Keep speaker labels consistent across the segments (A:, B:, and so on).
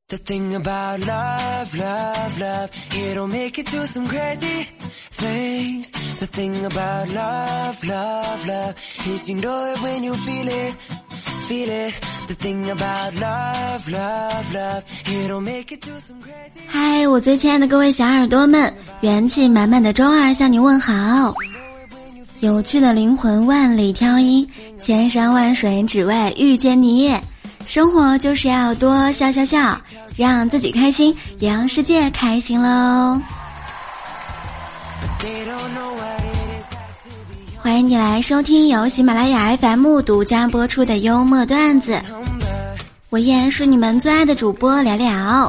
A: The thing about love, love, love, it'll make you do some crazy things. The thing about love, love, love, is you know it when you feel it, feel it. The thing about love, love, love, it'll make you do some crazy.
B: 嗨，我最亲爱的各位小耳朵们，元气满满的周二向你问好。有趣的灵魂万里挑一，千山万水只为遇见你。生活就是要多笑笑笑，让自己开心，也让世界开心喽。欢迎你来收听由喜马拉雅 FM 独家播出的幽默段子，我依然是你们最爱的主播聊聊。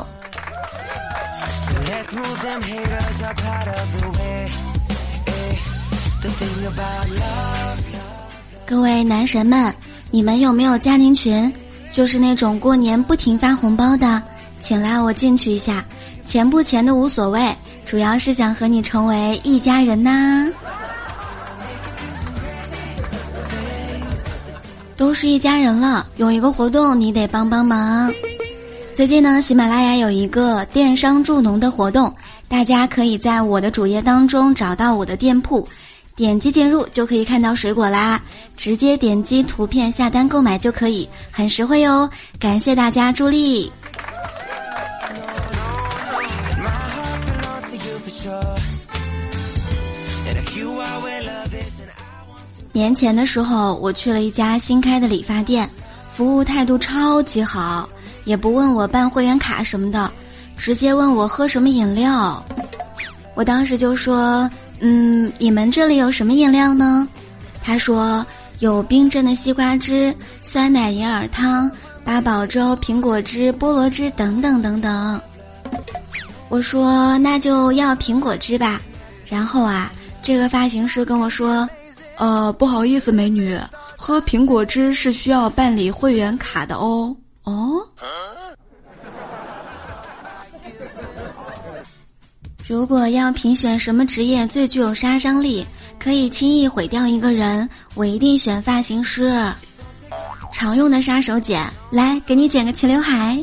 B: 各位男神们，你们有没有家庭群？就是那种过年不停发红包的，请拉我进去一下，钱不钱的无所谓，主要是想和你成为一家人呐。都是一家人了，有一个活动你得帮帮忙。最近呢，喜马拉雅有一个电商助农的活动，大家可以在我的主页当中找到我的店铺，点击进入就可以看到水果啦，直接点击图片下单购买就可以，很实惠哟，感谢大家助力。年前的时候，我去了一家新开的理发店，服务态度超级好，也不问我办会员卡什么的，直接问我喝什么饮料。我当时就说你们这里有什么饮料呢？他说有冰镇的西瓜汁、酸奶银耳汤、八宝粥、苹果汁、菠萝汁等等等等。我说那就要苹果汁吧。然后这个发型师跟我说，不好意思美女，喝苹果汁是需要办理会员卡的哦。如果要评选什么职业最具有杀伤力，可以轻易毁掉一个人，我一定选发型师。常用的杀手锏，来给你剪个齐刘海。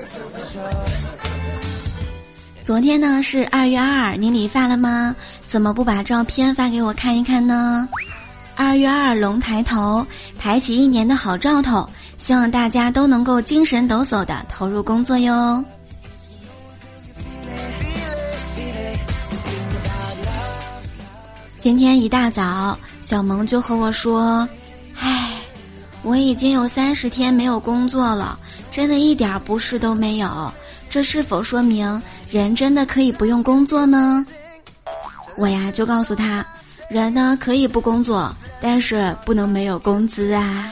B: 昨天呢是2月2，你理发了吗？怎么不把照片发给我看一看呢？2月2龙抬头，抬起一年的好兆头，希望大家都能够精神抖擞地投入工作哟。今天一大早，小萌就和我说，我已经有30天没有工作了，真的一点不适都没有，这是否说明人真的可以不用工作呢？我就告诉他，人呢可以不工作，但是不能没有工资啊。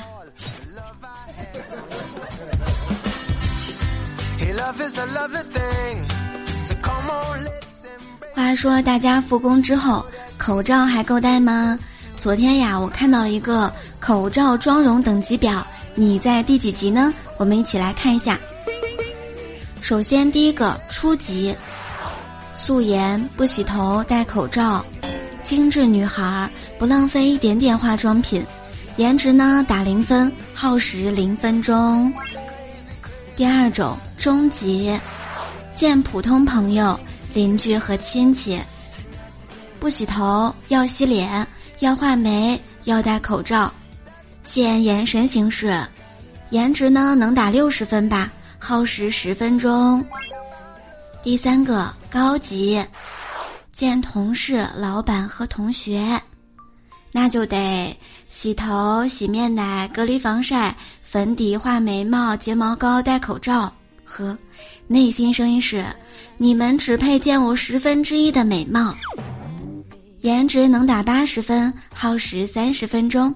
B: 话说大家复工之后，口罩还够戴吗？昨天我看到了一个口罩妆容等级表，你在第几级呢？我们一起来看一下。首先第一个初级，素颜不洗头戴口罩，精致女孩不浪费一点点化妆品，颜值呢打0分，耗时0分钟。第二种中级，见普通朋友、邻居和亲戚，不洗头，要洗脸，要画眉，要戴口罩，见眼神行事，颜值呢能打60分吧，耗时10分钟。第三个高级，见同事、老板和同学，那就得洗头、洗面奶、隔离防晒、粉底、画眉毛、睫毛膏、戴口罩。内心声音是，你们只配见我1/10的美貌。颜值能打80分，耗时30分钟。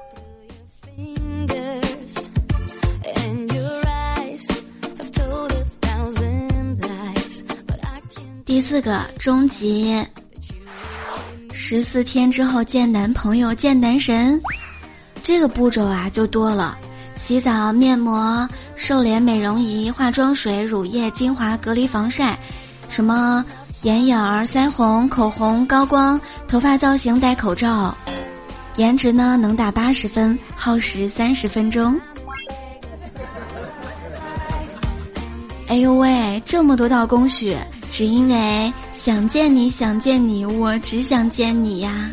B: 第四个终极，14天之后见男朋友见男神。这个步骤就多了，洗澡、面膜、瘦脸美容仪、化妆水、乳液、精华、隔离防晒，什么眼影、腮红、口红、高光、头发造型、戴口罩。颜值呢能打80分，耗时30分钟。 哎呦喂，这么多道工序，只因为想见你想见你，我只想见你呀。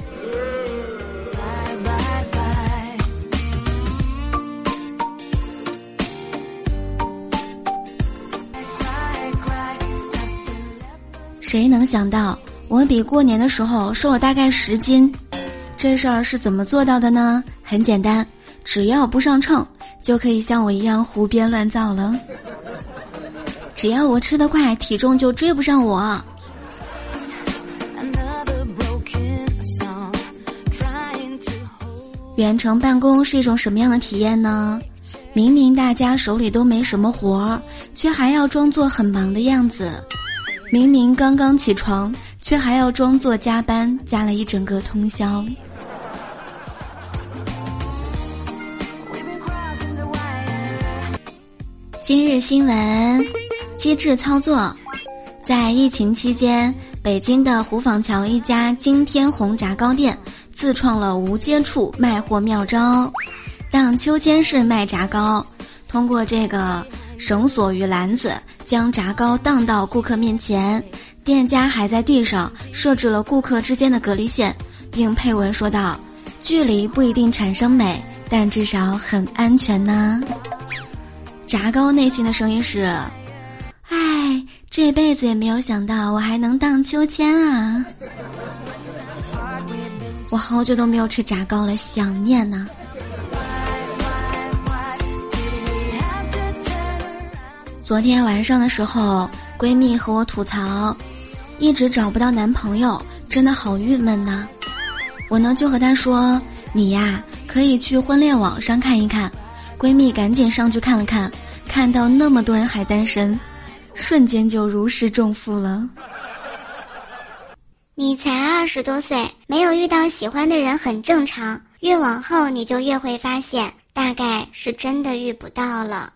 B: 谁能想到我比过年的时候瘦了大概10斤？这事儿是怎么做到的呢？很简单，只要不上秤，就可以像我一样胡编乱造了。只要我吃得快，体重就追不上我。远程办公是一种什么样的体验呢？明明大家手里都没什么活儿，却还要装作很忙的样子。明明刚刚起床，却还要装作加班，加了一整个通宵。今日新闻：机智操作。在疫情期间，北京的虎坊桥一家金天红炸糕店自创了无接触卖货妙招，荡秋千式卖炸糕，通过这个绳索与篮子将炸糕荡到顾客面前，店家还在地上设置了顾客之间的隔离线，并配文说道：距离不一定产生美，但至少很安全呢。炸糕内心的声音是：唉，这辈子也没有想到我还能荡秋千啊。我好久都没有吃炸糕了，想念呢。昨天晚上的时候，闺蜜和我吐槽，一直找不到男朋友，真的好郁闷呐。我呢就和她说，你呀可以去婚恋网上看一看。闺蜜赶紧上去看了看，看到那么多人还单身，瞬间就如释重负了。
C: 你才20多岁，没有遇到喜欢的人很正常，越往后你就越会发现，大概是真的遇不到了。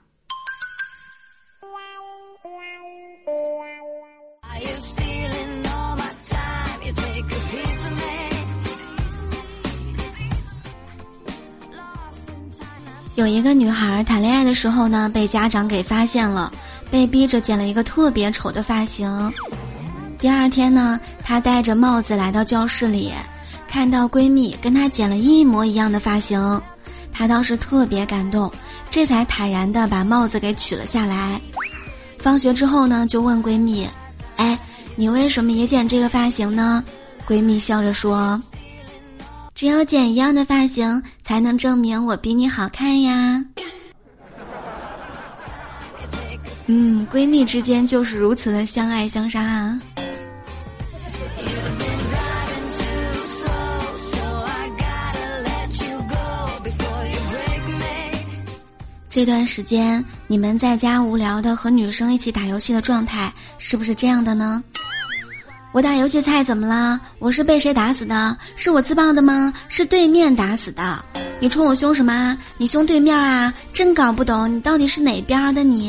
C: 有一个女孩谈恋爱的时候呢，被家长给发现了，被逼着剪了一个特别丑的发型。第二天呢，她戴着帽子来到教室里，看到闺蜜跟她剪了一模一样的发型，她当时特别感动，这才坦然地把帽子给取了下来。放学之后呢，就问闺蜜：哎，你为什么也剪这个发型呢？闺蜜笑着说：只有剪一样的发型，才能证明我比你好看呀。闺蜜之间就是如此的相爱相杀啊。这段时间你们在家无聊的和女生一起打游戏的状态是不是这样的呢？我打游戏菜怎么了？我是被谁打死的？是我自爆的吗？是对面打死的。你冲我凶什么？你凶对面啊？真搞不懂你到底是哪边的你。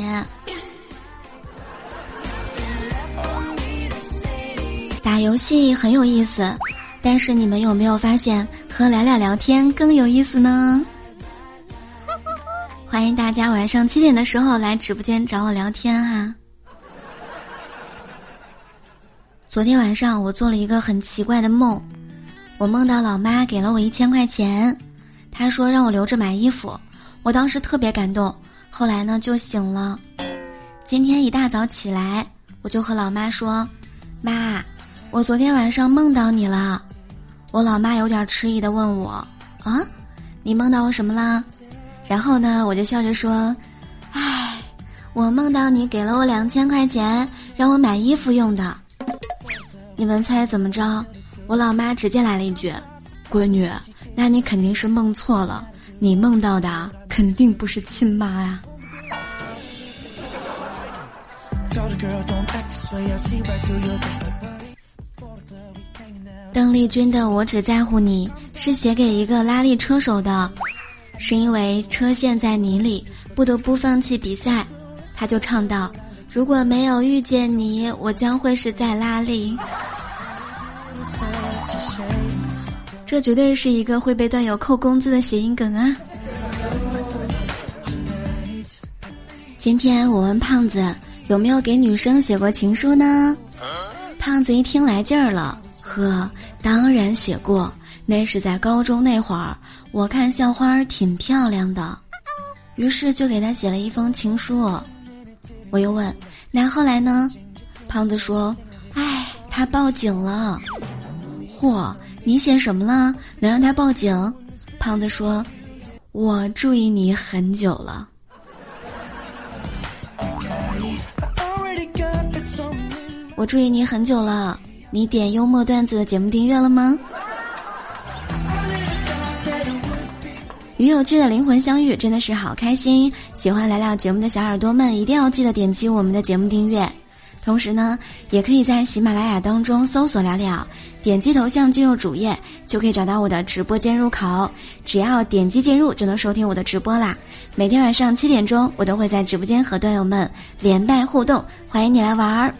C: 打游戏很有意思，但是你们有没有发现和聊聊聊天更有意思呢？欢迎大家晚上7点的时候来直播间找我聊天哈。昨天晚上我做了一个很奇怪的梦，我梦到老妈给了我1000块钱，她说让我留着买衣服，我当时特别感动，后来呢就醒了。今天一大早起来，我就和老妈说，妈，我昨天晚上梦到你了。我老妈有点迟疑地问我，啊，你梦到我什么了？然后呢我就笑着说，唉，我梦到你给了我2000块钱，让我买衣服用的。你们猜怎么着？我老妈直接来了一句，闺女，那你肯定是梦错了，你梦到的肯定不是亲妈呀。邓丽君的《我只在乎你》是写给一个拉力车手的，是因为车陷在泥里，不得不放弃比赛。他就唱道，如果没有遇见你，我将会是在拉力。这绝对是一个会被段友扣工资的谐音梗啊。今天我问胖子， 有没有给女生写过情书呢？胖子一听来劲儿了，呵，当然写过，那是在高中那会儿，我看校花挺漂亮的，于是就给她写了一封情书。我又问，那后来呢？胖子说，哎，她报警了。嚯，你写什么了？能让她报警？胖子说，我注意你很久了。我注意你很久了，你点幽默段子的节目订阅了吗？与有趣的灵魂相遇真的是好开心，喜欢聊聊节目的小耳朵们一定要记得点击我们的节目订阅，同时呢也可以在喜马拉雅当中搜索聊聊，点击头像进入主页就可以找到我的直播间入口，只要点击进入就能收听我的直播啦。每天晚上7点钟我都会在直播间和段友们连麦互动，欢迎你来玩儿。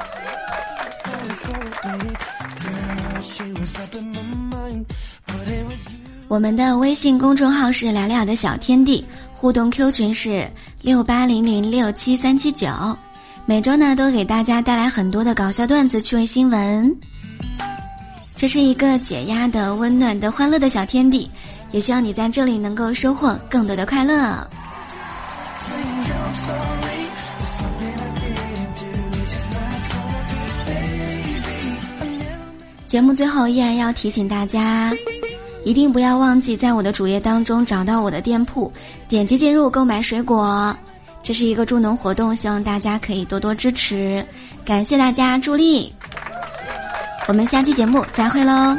C: 我们的微信公众号是聊聊的小天地，互动 Q 群是6800673779，每周呢都给大家带来很多的搞笑段子、趣味新闻。这是一个解压的、温暖的、欢乐的小天地，也希望你在这里能够收获更多的快乐。节目最后依然要提醒大家，一定不要忘记在我的主页当中找到我的店铺，点击进入购买水果，这是一个助农活动，希望大家可以多多支持，感谢大家助力，我们下期节目再会喽。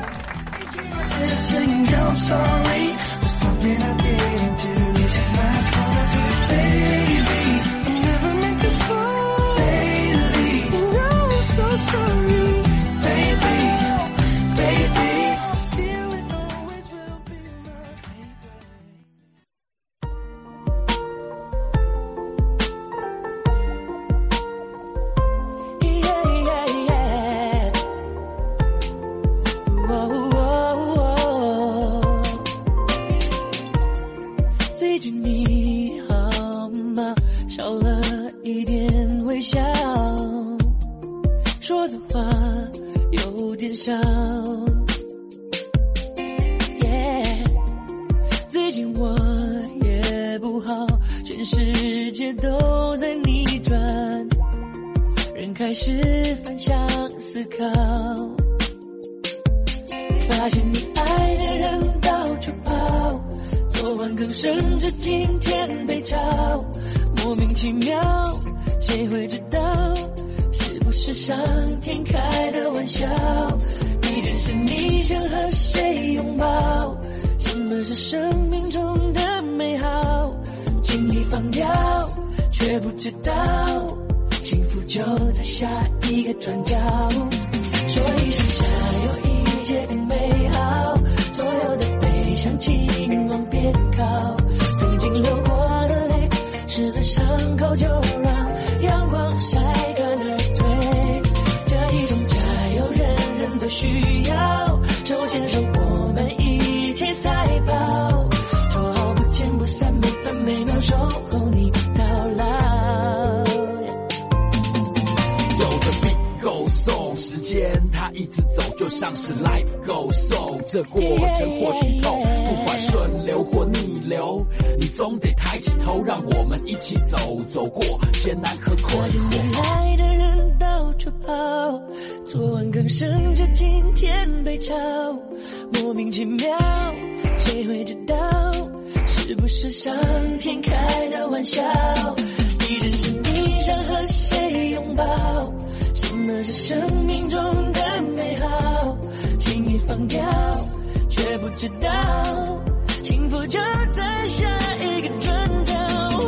A: 最近你好吗？少了一点微笑，说的话有点少。最近我也不好，全世界都在逆转，人开始反向思考，发现你爱的人到处跑，昨晚更甚至今天被炒，莫名其妙，谁会知道是不是上天开的玩笑？一件事你想和谁拥抱？什么是生命中的美好？轻易放掉，却不知道幸福就在下一个转角。说一声加油，一切更美好，所有的悲伤请往边靠，曾经流过的泪湿了伤口，就让阳光晒干而退。这一种加油人人都需要，手牵手我们一起赛跑，说好不见不散，每分每秒守候你到老。
D: 有的 beat goes on， 时间它一直走，就像是 life goes on， 这过程或许痛，不管顺流或逆流，你总得抬起头，让我们一起走，走过艰难和困惑。
A: 爱的人到处跑，昨晚更甚至今天被炒，莫名其妙，谁会知道是不是上天开的玩笑？一阵是你想和谁拥抱？什么是生命中的美好？轻易放掉，却不知道幸福就在下一个转角。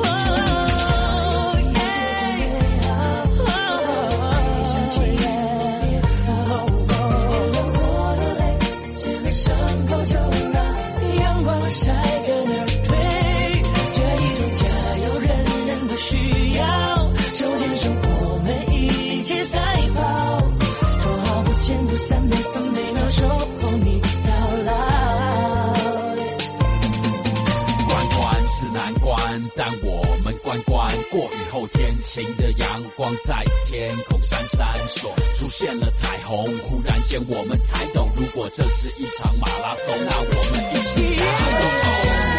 A: 晒干而退，这一种加油人人都需要，手牵手我们一起赛跑，说好不见不散，每分每秒守候你到老。
D: 关关是难关，但我们关关过与后天晴的阳光在天空闪闪烁，出现了彩虹，忽然间我们才懂，如果这是一场马拉松，那我们一起加油。